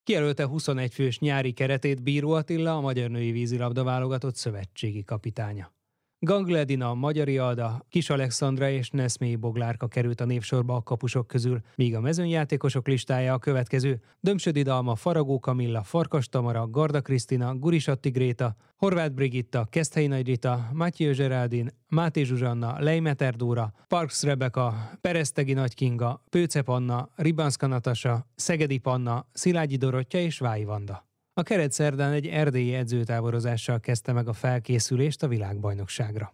Kijelölte 21 fős nyári keretét Bíró Attila, a magyar női vízilabda válogatott szövetségi kapitánya. Gangl Edina, Magyari Alda, Kis Alexandra és Neszmélyi Boglárka került a névsorba a kapusok közül, míg a mezőnyjátékosok listája a következő: Dömsödi Dalma, Faragó Kamilla, Farkas Tamara, Garda Krisztina, Gurisatti Gréta, Horváth Brigitta, Keszthelyi Nagy Rita, Mathieu Geraldin, Máté Zsuzsanna, Leimeter Dóra, Parks Rebeka, Peresztegi Nagy Kinga, Pőcep Anna, Ribanszka Natasa, Szegedi Panna, Szilágyi Dorottya és Vályi Vanda. A keret szerdán egy erdélyi edzőtávorozással kezdte meg a felkészülést a világbajnokságra.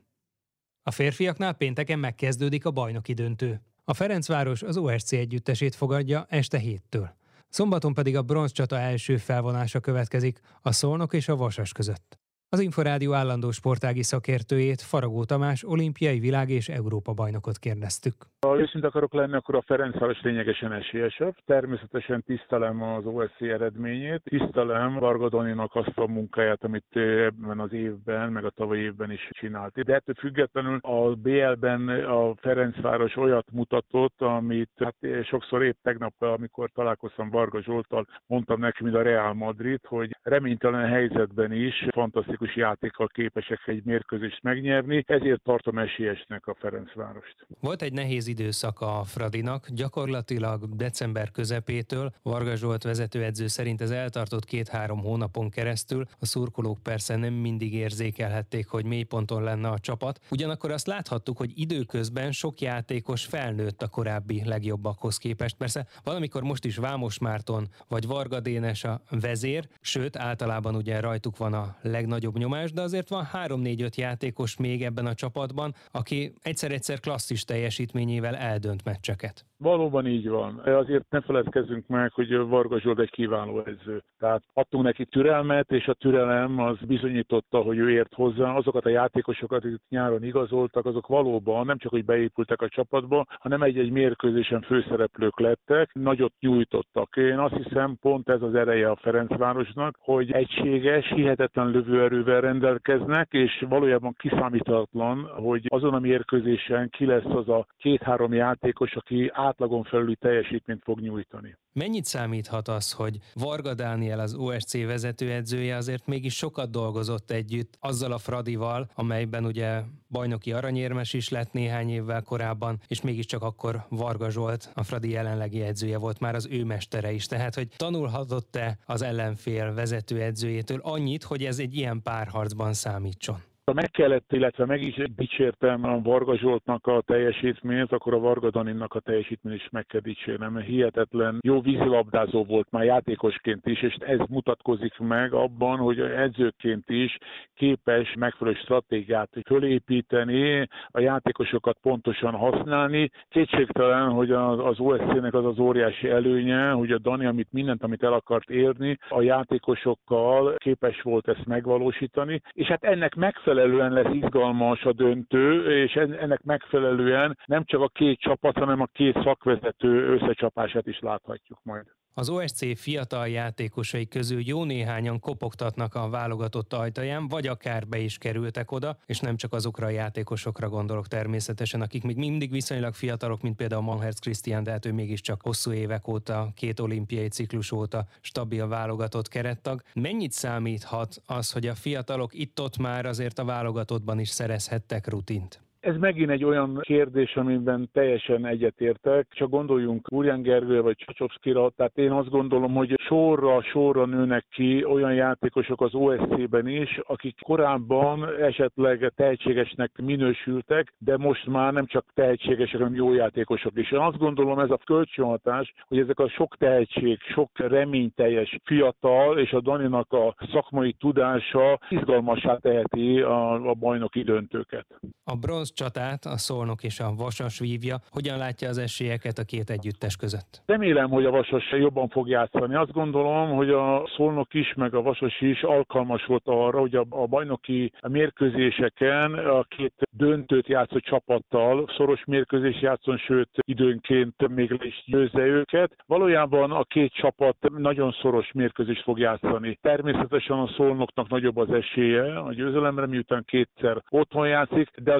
A férfiaknál pénteken megkezdődik a bajnoki döntő. A Ferencváros az OSC együttesét fogadja este 7-től. Szombaton pedig a bronzcsata első felvonása következik a Szolnok és a Vasas között. Az Inforádió állandó sportági szakértőjét, Faragó Tamás olimpiai világ- és Európa-bajnokot kérdeztük. Ha őszinte akarok lenni, akkor a Ferencváros lényegesen esélyesebb. Természetesen tisztelem az OSC eredményét, tisztelem Varga Daninak azt a munkáját, amit ebben az évben, meg a tavalyi évben is csinált. De ettől függetlenül a BL-ben a Ferencváros olyat mutatott, amit sokszor épp tegnap, amikor találkoztam Varga Zsolttal, mondtam neki, mint a Real Madrid, hogy reménytelen helyzetben is fantasztikus játékkal képesek egy mérkőzést megnyerni, ezért tartom esélyesnek a Ferencvárost. Volt egy nehéz időszak a Fradinak, gyakorlatilag december közepétől, Varga Zsolt vezetőedző szerint ez eltartott 2-3 hónapon keresztül, a szurkolók persze nem mindig érzékelhették, hogy mélyponton lenne a csapat, ugyanakkor azt láthattuk, hogy időközben sok játékos felnőtt a korábbi legjobbakhoz képest. Persze valamikor most is Vámos Márton vagy Varga Dénes a vezér, sőt általában ugye rajtuk van a legnagyobb nyomás, de azért van 3-4-5 játékos még ebben a csapatban, aki egyszer-egyszer klasszis teljesítményével eldönt meccseket. Valóban így van. Azért ne feledkezzünk meg, hogy Varga Zsolt egy kiváló edző. Tehát adtunk neki türelmet, és a türelem az bizonyította, hogy ő ért hozzá. Azokat a játékosokat, akik nyáron igazoltak, azok valóban nem csak, hogy beépültek a csapatba, hanem egy-egy mérkőzésen főszereplők lettek, nagyot nyújtottak. Én azt hiszem, pont ez az ereje a Ferencvárosnak, hogy egységes, hihetetlen lövőerővel rendelkeznek, és valójában kiszámíthatatlan, hogy azon a mérkőzésen ki lesz az a 2-3 játékos, aki átlagon felüli teljesítményt fog nyújtani. Mennyit számíthat az, hogy Varga Dániel, az OSC vezetőedzője azért mégis sokat dolgozott együtt azzal a Fradival, amelyben ugye bajnoki aranyérmes is lett néhány évvel korábban, és mégiscsak akkor Varga Zsolt, a Fradi jelenlegi edzője volt, már az ő mestere is. Tehát, hogy tanulhatott-e az ellenfél vezetőedzőjétől annyit, hogy ez egy ilyen párharcban számítson? Ha meg kellett, illetve meg is dicsértem a Varga Zsoltnak a teljesítményt, akkor a Varga Daninnak a teljesítményt is meg kell dicsérnem. Hihetetlen jó vízilabdázó volt már játékosként is, és ez mutatkozik meg abban, hogy edzőként is képes megfelelő stratégiát fölépíteni, a játékosokat pontosan használni. Kétségtelen, hogy az OSC-nek az az óriási előnye, hogy a Dani, mindent el akart érni, a játékosokkal képes volt ezt megvalósítani, és hát ennek megfelelően lesz izgalmas a döntő, és ennek megfelelően nem csak a két csapat, hanem a két szakvezető összecsapását is láthatjuk majd. Az OSC fiatal játékosai közül jó néhányan kopogtatnak a válogatott ajtaján, vagy akár be is kerültek oda, és nem csak azokra a játékosokra gondolok természetesen, akik még mindig viszonylag fiatalok, mint például Manherz Krisztián, de hát ő mégiscsak hosszú évek óta, 2 olimpiai ciklus óta stabil válogatott kerettag. Mennyit számíthat az, hogy a fiatalok itt-ott már azért a válogatottban is szerezhettek rutint? Ez megint egy olyan kérdés, amiben teljesen egyetértek. Csak gondoljunk Burján Gergőre vagy Csacsovszkira, tehát én azt gondolom, hogy sorra nőnek ki olyan játékosok az OSC-ben is, akik korábban esetleg tehetségesnek minősültek, de most már nem csak tehetségesek, hanem jó játékosok is. Én azt gondolom, ez a kölcsönhatás, hogy ezek a sok tehetség, sok reményteljes fiatal, és a Daninak a szakmai tudása izgalmassá teheti a bajnoki döntőket. A bronzcsatát a Szolnok és a Vasas vívja. Hogyan látja az esélyeket a két együttes között? Remélem, hogy a Vasas jobban fog játszani. Azt gondolom, hogy a Szolnok is, meg a Vasas is alkalmas volt arra, hogy a bajnoki mérkőzéseken a két döntőt játszó csapattal szoros mérkőzés játszon, sőt időnként még le is győzze őket. Valójában a két csapat nagyon szoros mérkőzést fog játszani. Természetesen a Szolnoknak nagyobb az esélye a győzelemre, miután kétszer otthon játszik, de azért remélem,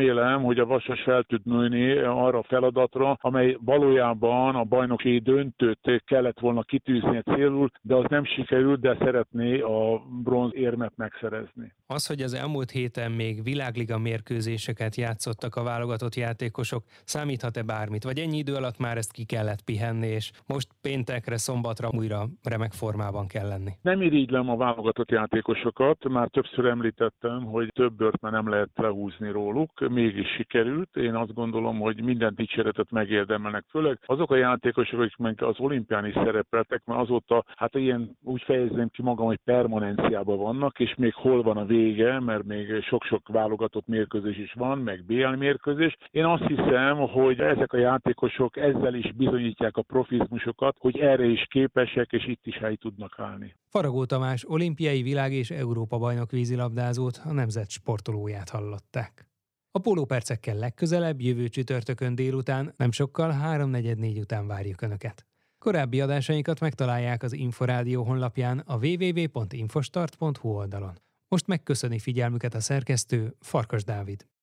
remélem, hogy a Vasas fel tud nőni arra a feladatra, amely valójában a bajnoki döntőt kellett volna kitűzni célul, de az nem sikerült, de szeretné a bronzérmet megszerezni. Az, hogy az elmúlt héten még világliga mérkőzéseket játszottak a válogatott játékosok, számíthat-e bármit? Vagy ennyi idő alatt már ezt ki kellett pihenni, és most péntekre, szombatra újra remek formában kell lenni? Nem irigylem a válogatott játékosokat, már többször említettem, hogy több bört már nem lehet lehúzni róluk, mégis sikerült. Én azt gondolom, hogy minden dicséretet megérdemelnek, főleg azok a játékosok, akik meg az olimpián is szerepeltek, mert azóta, hát ilyen úgy fejezném ki magam, hogy permanenciában vannak, és még hol van a vége, mert még sok-sok válogatott mérkőzés is van, meg BL mérkőzés. Én azt hiszem, hogy ezek a játékosok ezzel is bizonyítják a profizmusokat, hogy erre is képesek, és itt is hely tudnak állni. Faragó Tamás olimpiai, világ- és Európa-bajnok vízilabdázót, a nemzet sportolóját hallották. A pólópercekkel legközelebb, jövő csütörtökön délután, nem sokkal 3:44 után várjuk Önöket. Korábbi adásainkat megtalálják az Inforádió honlapján, a www.infostart.hu oldalon. Most megköszöni figyelmüket a szerkesztő, Farkas Dávid.